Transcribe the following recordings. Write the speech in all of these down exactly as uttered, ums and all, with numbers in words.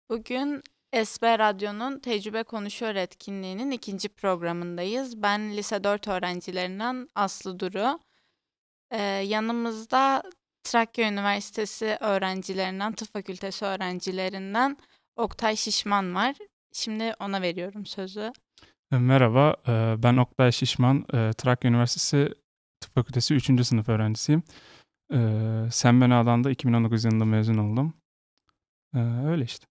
Bugün S B Radyo'nun Tecrübe Konuşuyor etkinliğinin ikinci programındayız. Ben lise dört öğrencilerinden Aslı Duru. Ee, yanımızda Trakya Üniversitesi öğrencilerinden, Tıp Fakültesi öğrencilerinden Oktay Şişman var. Şimdi ona veriyorum sözü. E, Merhaba, e, ben Oktay Şişman, e, Trakya Üniversitesi Tıp Fakültesi üçüncü sınıf öğrencisiyim. E, Sen Ben A'dan da iki bin on dokuz yılında mezun oldum. E, Öyle işte.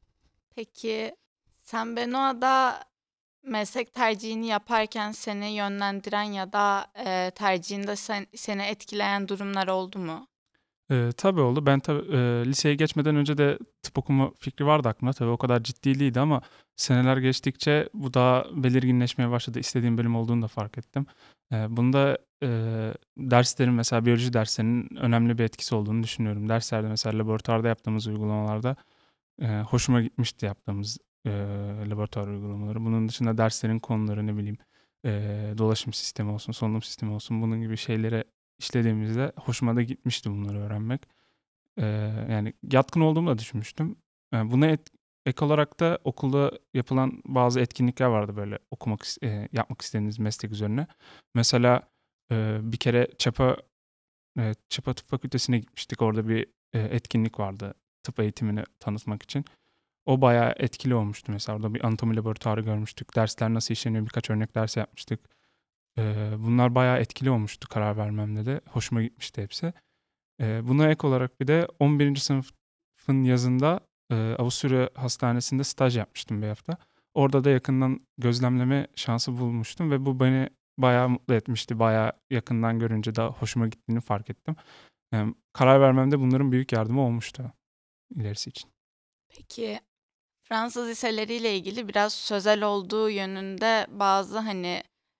Peki sen Benoa'da meslek tercihini yaparken seni yönlendiren ya da e, tercihinde sen- seni etkileyen durumlar oldu mu? E, tabii oldu. Ben tabii e, liseye geçmeden önce de tıp okuma fikri vardı aklımda. Tabii o kadar ciddi değildi ama seneler geçtikçe bu daha belirginleşmeye başladı. İstediğim bölüm olduğunu da fark ettim. E, bunda e, derslerin mesela biyoloji derslerinin önemli bir etkisi olduğunu düşünüyorum. Derslerde mesela laboratuvarda yaptığımız uygulamalarda Eee, hoşuma gitmişti yaptığımız, eee, laboratuvar uygulamaları. Bunun dışında derslerin konuları, ne bileyim, eee, dolaşım sistemi olsun, solunum sistemi olsun, bunun gibi şeylere işlediğimizde hoşuma da gitmişti bunları öğrenmek. Eee, Yani yatkın olduğumu da düşünmüştüm. Eee, buna et ek olarak da okulda yapılan bazı etkinlikler vardı böyle okumak is eee, yapmak istediğiniz meslek üzerine. Mesela, eee, bir kere Çapa eee, Çapa Tıp Fakültesi'ne gitmiştik. Orada bir, eee, etkinlik vardı tıp eğitimini tanıtmak için. O bayağı etkili olmuştu mesela. Orada bir anatomi laboratuvarı görmüştük. Dersler nasıl işleniyor birkaç örnek ders yapmıştık. Eee, bunlar bayağı etkili olmuştu karar vermemde de. Hoşuma gitmişti hepsi. Eee, buna ek olarak bir de on birinci sınıfın yazında eee, Avusturya Hastanesi'nde staj yapmıştım bir hafta. Orada da yakından gözlemleme şansı bulmuştum ve bu beni bayağı mutlu etmişti. Bayağı yakından görünce daha hoşuma gittiğini fark ettim. Emm, karar vermemde bunların büyük yardımı olmuştu ilerisi için. Peki Fransız liseleriyle ilgili biraz sözel olduğu yönünde bazı hani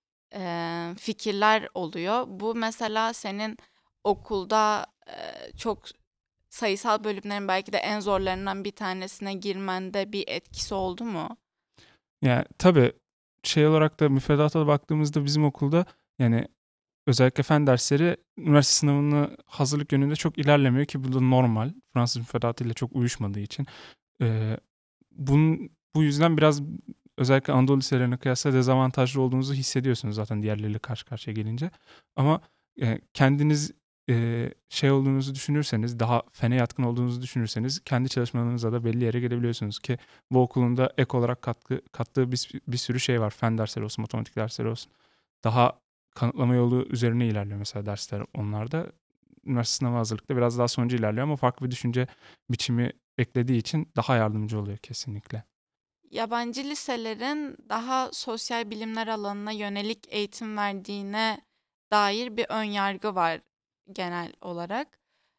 eee, fikirler oluyor. Bu mesela senin okulda eee, çok sayısal bölümlerin belki de en zorlarından bir tanesine girmende bir etkisi oldu mu? Yani, tabii, şey olarak da müfredata da baktığımızda bizim okulda, yani, özellikle fen dersleri üniversite sınavına hazırlık yönünde çok ilerlemiyor ki bu da normal. Fransız müfredatıyla çok uyuşmadığı için. Eee, bunun bu yüzden biraz özellikle Anadolu liselerine kıyasla dezavantajlı olduğunuzu hissediyorsunuz zaten diğerleriyle karşı karşıya gelince. Ama, eee, kendiniz, eee, şey olduğunuzu düşünürseniz, daha fene yatkın olduğunuzu düşünürseniz kendi çalışmalarınızla da belli yere gelebiliyorsunuz ki bu okulun da ek olarak katkı kattığı bir bir sürü şey var. Fen dersleri olsun, matematik dersleri olsun. Daha kanıtlama yolu üzerine ilerliyor mesela dersler onlarda. Üniversite sınavı hazırlıkta biraz daha sonucu ilerliyor ama farklı bir düşünce biçimi eklediği için daha yardımcı oluyor kesinlikle. Yabancı liselerin daha sosyal bilimler alanına yönelik eğitim verdiğine dair bir ön yargı var genel olarak.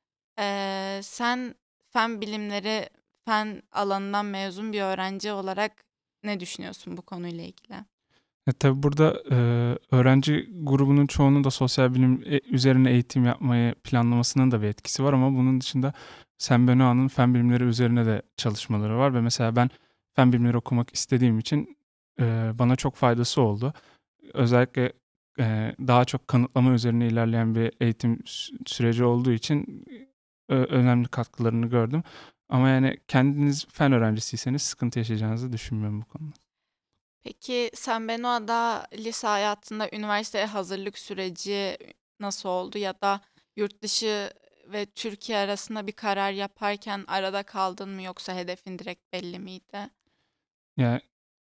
Eee, sen fen bilimleri, fen alanından mezun bir öğrenci olarak ne düşünüyorsun bu konuyla ilgili? E, tabii burada, eee, öğrenci grubunun çoğunun da sosyal bilim, eee, üzerine eğitim yapmayı planlamasının da bir etkisi var ama bunun dışında Sen Benoît'ın fen bilimleri üzerine de çalışmaları var ve mesela ben fen bilimleri okumak istediğim için, eee, bana çok faydası oldu. Özellikle, eee, daha çok kanıtlama üzerine ilerleyen bir eğitim sü süreci olduğu için, ö önemli katkılarını gördüm ama yani kendiniz fen öğrencisiyseniz sıkıntı yaşayacağınızı düşünmüyorum bu konuda. Peki sen Benoa'da lise hayatında üniversiteye hazırlık süreci nasıl oldu ya da yurt dışı ve Türkiye arasında bir karar yaparken arada kaldın mı yoksa hedefin direkt belli miydi? Yani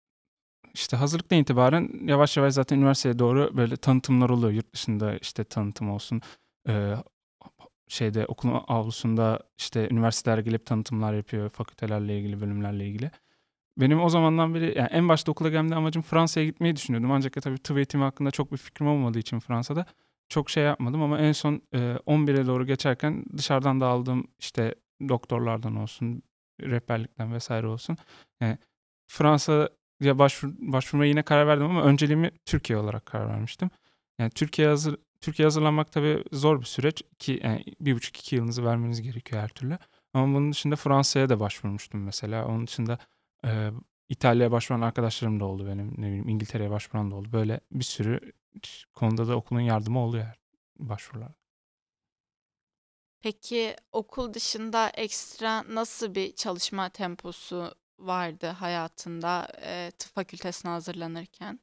İşte hazırlıktan itibaren yavaş yavaş zaten üniversiteye doğru böyle tanıtımlar oluyor. Yurt dışında işte tanıtım olsun. Eee, Şeyde okulun avlusunda işte üniversiteler gelip tanıtımlar yapıyor fakültelerle ilgili, bölümlerle ilgili. Benim o zamandan beri yani en başta okula gelme amacım Fransa'ya gitmeyi düşünüyordum. Ancak tabii tıp eğitimi hakkında çok bir fikrim olmadığı için Fransa'da çok şey yapmadım ama en son eee on bire doğru geçerken dışarıdan da aldığım işte doktorlardan olsun, rehberlikten vesaire olsun. Yani Fransa'ya başvur, başvurmaya yine karar verdim ama önceliğimi Türkiye olarak karar vermiştim. Yani Türkiye hazır Türkiye hazırlanmak tabii zor bir süreç. İki, yani bir buçuk iki yılınızı vermeniz gerekiyor her türlü. Ama bunun dışında Fransa'ya da başvurmuştum mesela. Onun dışında eee, İtalya'ya başvuran arkadaşlarım da oldu benim. Ne bileyim İngiltere'ye başvuran da oldu. Böyle bir sürü konuda da okulun yardımı oluyor her başvurular. Peki okul dışında ekstra nasıl bir çalışma temposu vardı hayatında e, tıp fakültesine hazırlanırken?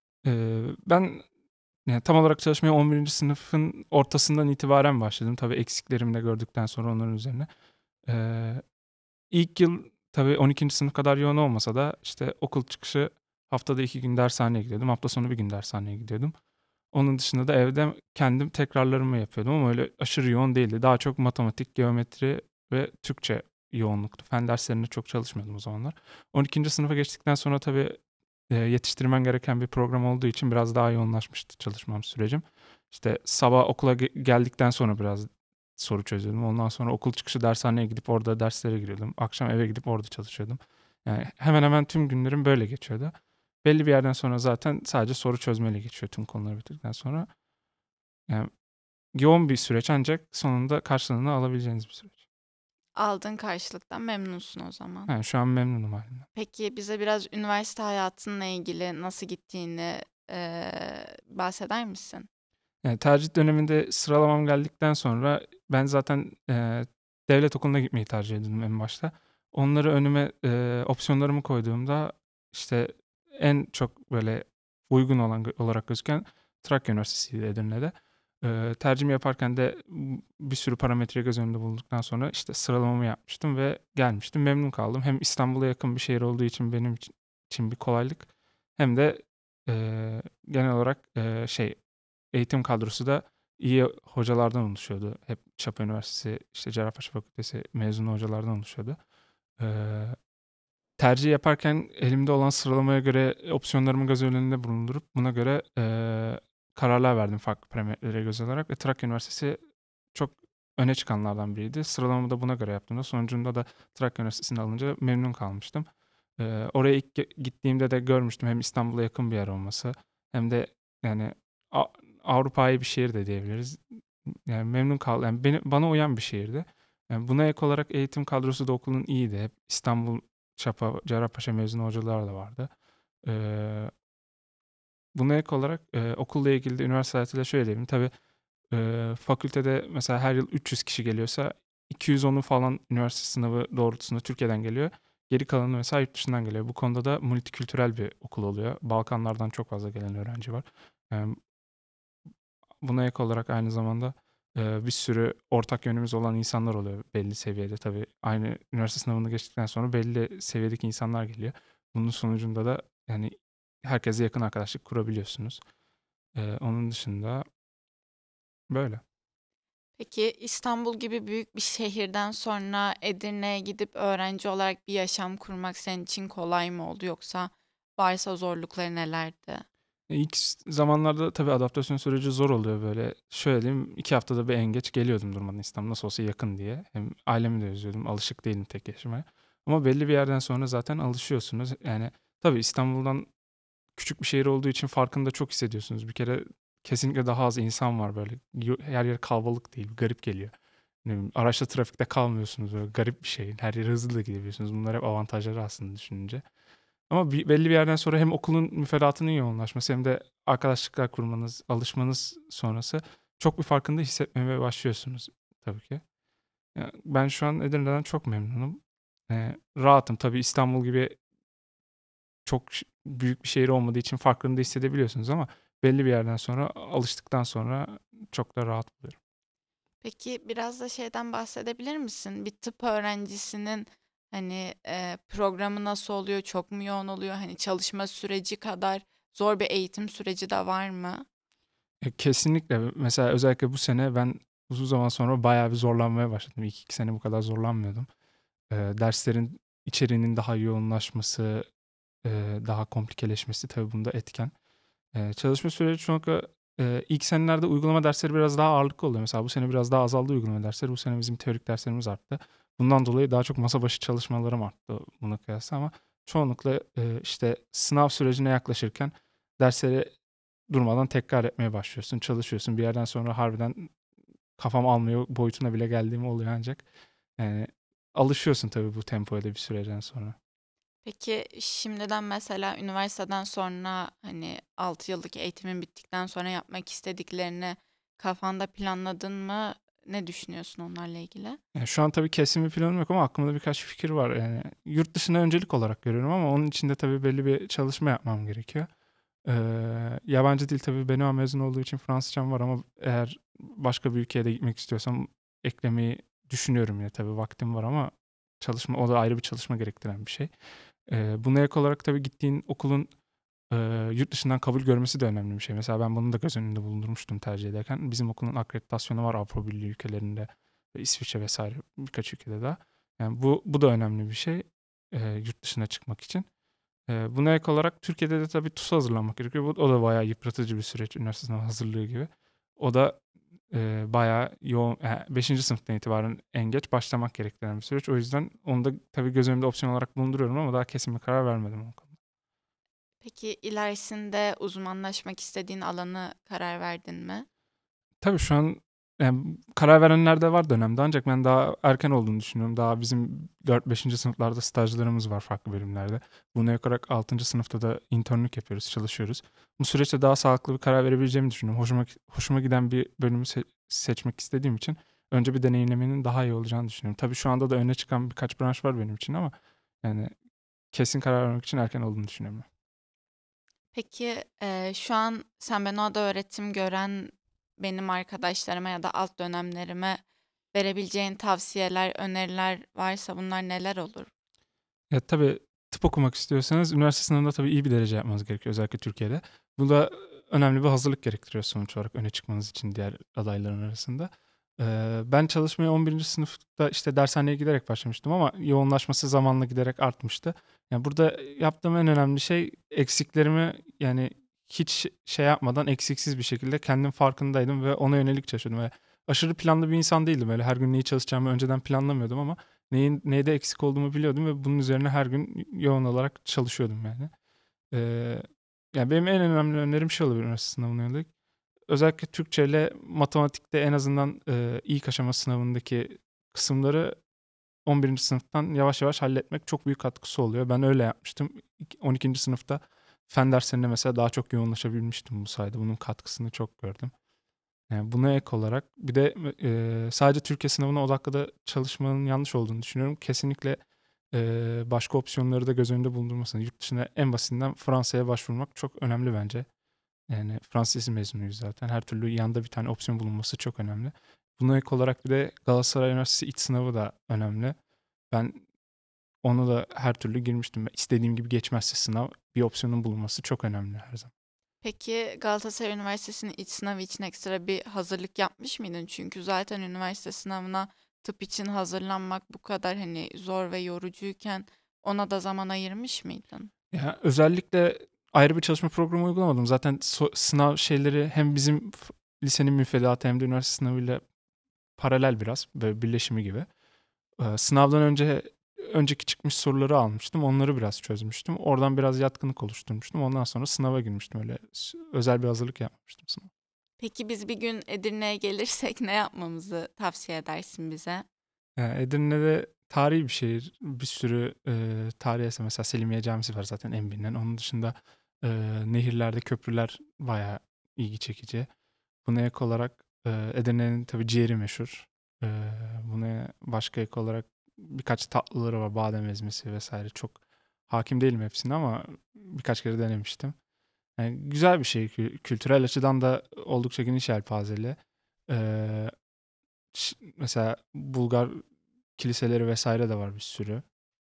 Ee, ben yani tam olarak çalışmaya on birinci sınıfın ortasından itibaren başladım. Tabii eksiklerimi de gördükten sonra onların üzerine. Ee, ilk yıl tabii on ikinci sınıf kadar yoğun olmasa da işte okul çıkışı haftada iki gün dershaneye gidiyordum. Hafta sonu bir gün dershaneye gidiyordum. Onun dışında da evde kendim tekrarlarımı yapıyordum ama öyle aşırı yoğun değildi. Daha çok matematik, geometri ve Türkçe yoğunluktu. Fen derslerinde çok çalışmıyordum o zamanlar. on ikinci sınıfa geçtikten sonra tabii e, yetiştirmen gereken bir program olduğu için biraz daha yoğunlaşmıştı çalışmam sürecim. İşte sabah okula ge- geldikten sonra biraz soru çözüyordum. Ondan sonra okul çıkışı dershaneye gidip orada derslere giriyordum. Akşam eve gidip orada çalışıyordum. Yani hemen hemen tüm günlerim böyle geçiyordu. Belli bir yerden sonra zaten sadece soru çözmeyle geçiyor tüm konuları bitirdikten sonra. Yani yoğun bir süreç ancak sonunda karşılığını alabileceğiniz bir süreç. Aldığın karşılıktan memnunsun o zaman. Yani şu an memnunum halimden. Peki bize biraz üniversite hayatınla ilgili nasıl gittiğini eee, bahseder misin? Yani tercih döneminde sıralamam geldikten sonra ben zaten e, devlet okuluna gitmeyi tercih ediyordum en başta. Onları önüme e, opsiyonlarımı koyduğumda işte en çok böyle uygun olan olarak gözüken Trakya Üniversitesi'ydi Edirne'de. E, tercihimi yaparken de bir sürü parametre göz önünde bulunduktan sonra işte sıralamamı yapmıştım ve gelmiştim. Memnun kaldım. Hem İstanbul'a yakın bir şehir olduğu için benim için, için bir kolaylık hem de e, genel olarak e, şey eğitim kadrosu da iyi hocalardan oluşuyordu. Hep Çapa Üniversitesi, işte Cerrahpaşa Fakültesi mezunu hocalardan oluşuyordu. Ee, tercih yaparken elimde olan sıralamaya göre opsiyonlarımı göz önünde bulundurup buna göre eee, kararlar verdim farklı parametrelere göz alarak ve Trakya Üniversitesi çok öne çıkanlardan biriydi. Sıralamamı da buna göre yaptığımda sonucunda da Trakya Üniversitesi'ni alınca memnun kalmıştım. Eee, oraya ilk ge- gittiğimde de görmüştüm hem İstanbul'a yakın bir yer olması hem de yani A- Avrupa'yı bir şehir de diyebiliriz. Yani memnun kaldım. Yani beni, bana uyan bir şehirdi. Yani buna ek olarak eğitim kadrosu da okulun iyiydi. Hep İstanbul Çapa, Cerrahpaşa mezunu hocalar da vardı. Eee, buna ek olarak eee, okulla ilgili de üniversite hayatıyla şöyle diyeyim. Tabii eee, fakültede mesela her yıl üç yüz kişi geliyorsa iki yüz onu falan üniversite sınavı doğrultusunda Türkiye'den geliyor. Geri kalanı mesela yurt dışından geliyor. Bu konuda da multikültürel bir okul oluyor. Balkanlardan çok fazla gelen öğrenci var. Yani buna ek olarak aynı zamanda eee, bir sürü ortak yönümüz olan insanlar oluyor belli seviyede. Tabii aynı üniversite sınavını geçtikten sonra belli seviyedeki insanlar geliyor. Bunun sonucunda da yani herkese yakın arkadaşlık kurabiliyorsunuz. Eee, onun dışında böyle. Peki İstanbul gibi büyük bir şehirden sonra Edirne'ye gidip öğrenci olarak bir yaşam kurmak senin için kolay mı oldu yoksa varsa zorlukları nelerdi? E, İlk s- zamanlarda tabii adaptasyon süreci zor oluyor böyle. Şöyle diyeyim, iki haftada bir en geç geliyordum durmadan İstanbul nasıl olsa yakın diye. Hem ailemi de özlüyordum, alışık değilim tek yaşamaya. Ama belli bir yerden sonra zaten alışıyorsunuz. Yani tabii İstanbul'dan küçük bir şehir olduğu için farkını da çok hissediyorsunuz. Bir kere kesinlikle daha az insan var böyle. Yo- Her yer kalabalık değil, garip geliyor. Ne bileyim, araçta trafikte kalmıyorsunuz böyle garip bir şey. Her yere hızlı da gidebiliyorsunuz. Bunlar hep avantajları aslında düşününce. Ama bir, belli bir yerden sonra hem okulun müfredatının yoğunlaşması hem de arkadaşlıklar kurmanız, alışmanız sonrası çok bir farkında hissetmeye başlıyorsunuz tabii ki. Ya ben şu an Edirne'den çok memnunum. Ee, rahatım. Tabii İstanbul gibi çok ş- büyük bir şehir olmadığı için farkını da hissedebiliyorsunuz ama belli bir yerden sonra alıştıktan sonra çok da rahat buluyorum. Peki biraz da şeyden bahsedebilir misin? Bir tıp öğrencisinin hani e, programı nasıl oluyor? Çok mu yoğun oluyor? Hani çalışma süreci kadar zor bir eğitim süreci de var mı? E, kesinlikle. Mesela özellikle bu sene ben uzun zaman sonra bayağı bir zorlanmaya başladım. İlk iki sene bu kadar zorlanmıyordum. E, derslerin içeriğinin daha yoğunlaşması, e, daha komplikeleşmesi tabii bunda etken. E, çalışma süreci çoğunlukla e, ilk senelerde uygulama dersleri biraz daha ağırlıklı oluyor. Mesela bu sene biraz daha azaldı uygulama dersleri. Bu sene bizim teorik derslerimiz arttı. Bundan dolayı daha çok masa başı çalışmalarım arttı buna kıyasla ama çoğunlukla e, işte sınav sürecine yaklaşırken dersleri durmadan tekrar etmeye başlıyorsun, çalışıyorsun. Bir yerden sonra harbiden kafam almıyor boyutuna bile geldiğim oluyor ancak yani alışıyorsun tabii bu tempoya da bir süreden sonra. Peki şimdiden mesela üniversiteden sonra hani altı yıllık eğitimin bittikten sonra yapmak istediklerini kafanda planladın mı? ne düşünüyorsun onlarla ilgili? Yani şu an tabii kesin bir planım yok ama aklımda birkaç fikir var. Yani yurt dışına öncelik olarak görüyorum ama onun için de tabii belli bir çalışma yapmam gerekiyor. Ee, yabancı dil tabii benim mezun olduğu için Fransızcam var ama eğer başka bir ülkeye de gitmek istiyorsam eklemeyi düşünüyorum ya tabii vaktim var ama çalışma o da ayrı bir çalışma gerektiren bir şey. Ee, buna ek olarak tabii gittiğin okulun e, yurt dışından kabul görmesi de önemli bir şey. Mesela ben bunu da göz önünde bulundurmuştum tercih ederken. Bizim okulun akreditasyonu var Avrupa Birliği ülkelerinde ve İsviçre vesaire birkaç ülkede daha. Yani bu bu da önemli bir şey e, yurt dışına çıkmak için. E, buna ek olarak Türkiye'de de tabii TUS'a hazırlanmak gerekiyor. Bu, o da bayağı yıpratıcı bir süreç üniversite sınavı hazırlığı gibi. O da e, bayağı yoğun. Yani beşinci sınıftan itibaren en geç başlamak gerektiren bir süreç. O yüzden onu da tabii göz önünde opsiyon olarak bulunduruyorum ama daha kesin bir karar vermedim o konuda. Peki ilerisinde uzmanlaşmak istediğin alanı karar verdin mi? Tabii şu an yani karar verenler de var dönemde ancak ben daha erken olduğunu düşünüyorum. Daha bizim dört beşinci sınıflarda stajlarımız var farklı bölümlerde. Buna ek olarak altıncı sınıfta da internlük yapıyoruz, çalışıyoruz. Bu süreçte daha sağlıklı bir karar verebileceğimi düşünüyorum. Hoşuma, hoşuma giden bir bölümü se- seçmek istediğim için önce bir deneyimlemenin daha iyi olacağını düşünüyorum. Tabii şu anda da öne çıkan birkaç branş var benim için ama yani kesin karar vermek için erken olduğunu düşünüyorum. Peki eee, şu an sen Benoa'da öğretim gören benim arkadaşlarıma ya da alt dönemlerime verebileceğin tavsiyeler, öneriler varsa bunlar neler olur? Ya tabii tıp okumak istiyorsanız üniversite sınavında tabii iyi bir derece yapmanız gerekiyor özellikle Türkiye'de. Bu da önemli bir hazırlık gerektiriyor sonuç olarak öne çıkmanız için diğer adayların arasında. Ee, ben çalışmaya on birinci sınıfta işte dershaneye giderek başlamıştım ama yoğunlaşması zamanla giderek artmıştı. Yani burada yaptığım en önemli şey eksiklerimi yani hiç şey yapmadan eksiksiz bir şekilde kendim farkındaydım ve ona yönelik çalışıyordum. Ve aşırı planlı bir insan değildim. Öyle her gün neyi çalışacağımı önceden planlamıyordum ama neyin neyde eksik olduğumu biliyordum ve bunun üzerine her gün yoğun olarak çalışıyordum yani. Ee, yani benim en önemli önerim şey olabilir üniversite sınavına yönelik. Özellikle Türkçe ile matematikte en azından e, ilk aşama sınavındaki kısımları on birinci sınıftan yavaş yavaş halletmek çok büyük katkısı oluyor. Ben öyle yapmıştım. on ikinci sınıfta fen derslerine mesela daha çok yoğunlaşabilmiştim bu sayede. Bunun katkısını çok gördüm. Yani buna ek olarak bir de e, sadece Türkiye sınavına odaklı da çalışmanın yanlış olduğunu düşünüyorum. Kesinlikle e, başka opsiyonları da göz önünde bulundurmasını. Yurt dışında en basitinden Fransa'ya başvurmak çok önemli bence. Yani Fransız mezunuyuz zaten. Her türlü yanında bir tane opsiyon bulunması çok önemli. Buna ek olarak bir de Galatasaray Üniversitesi iç sınavı da önemli. Ben onu da her türlü girmiştim. İstediğim gibi geçmezse sınav bir opsiyonun bulunması çok önemli her zaman. Peki Galatasaray Üniversitesi'nin iç sınavı için ekstra bir hazırlık yapmış mıydın? Çünkü zaten üniversite sınavına tıp için hazırlanmak bu kadar hani zor ve yorucuyken ona da zaman ayırmış mıydın? Ya özellikle ayrı bir çalışma programı uygulamadım. Zaten so- sınav şeyleri hem bizim f- lisenin müfredatı hem de üniversite sınavıyla paralel biraz böyle birleşimi gibi. Ee, sınavdan önce önceki çıkmış soruları almıştım. Onları biraz çözmüştüm. Oradan biraz yatkınlık oluşturmuştum. Ondan sonra sınava girmiştim. Öyle s- özel bir hazırlık yapmamıştım sınava. Peki biz bir gün Edirne'ye gelirsek ne yapmamızı tavsiye edersin bize? Yani Edirne'de tarihi bir şehir. Bir sürü e, tarihi eser. Mesela Selimiye Camisi var zaten en bilinen. Onun dışında e, nehirlerde köprüler bayağı ilgi çekici. Buna ek olarak e, Edirne'nin tabii ciğeri meşhur. E, buna başka ek olarak birkaç tatlıları var. Badem ezmesi vesaire. Çok hakim değilim hepsine ama birkaç kere denemiştim. Yani güzel bir şey. Kü- Kültürel açıdan da oldukça geniş yelpazeli. E, ş- mesela Bulgar kiliseleri vesaire de var bir sürü.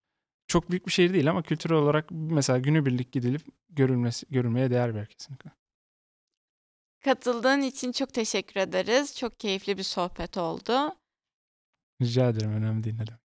Çok büyük bir şehir değil ama kültürel olarak mesela günübirlik gidilip görülmesi, görülmeye değer bir yer kesinlikle. Katıldığın için çok teşekkür ederiz. Çok keyifli bir sohbet oldu. Rica ederim önemli değil ne demek.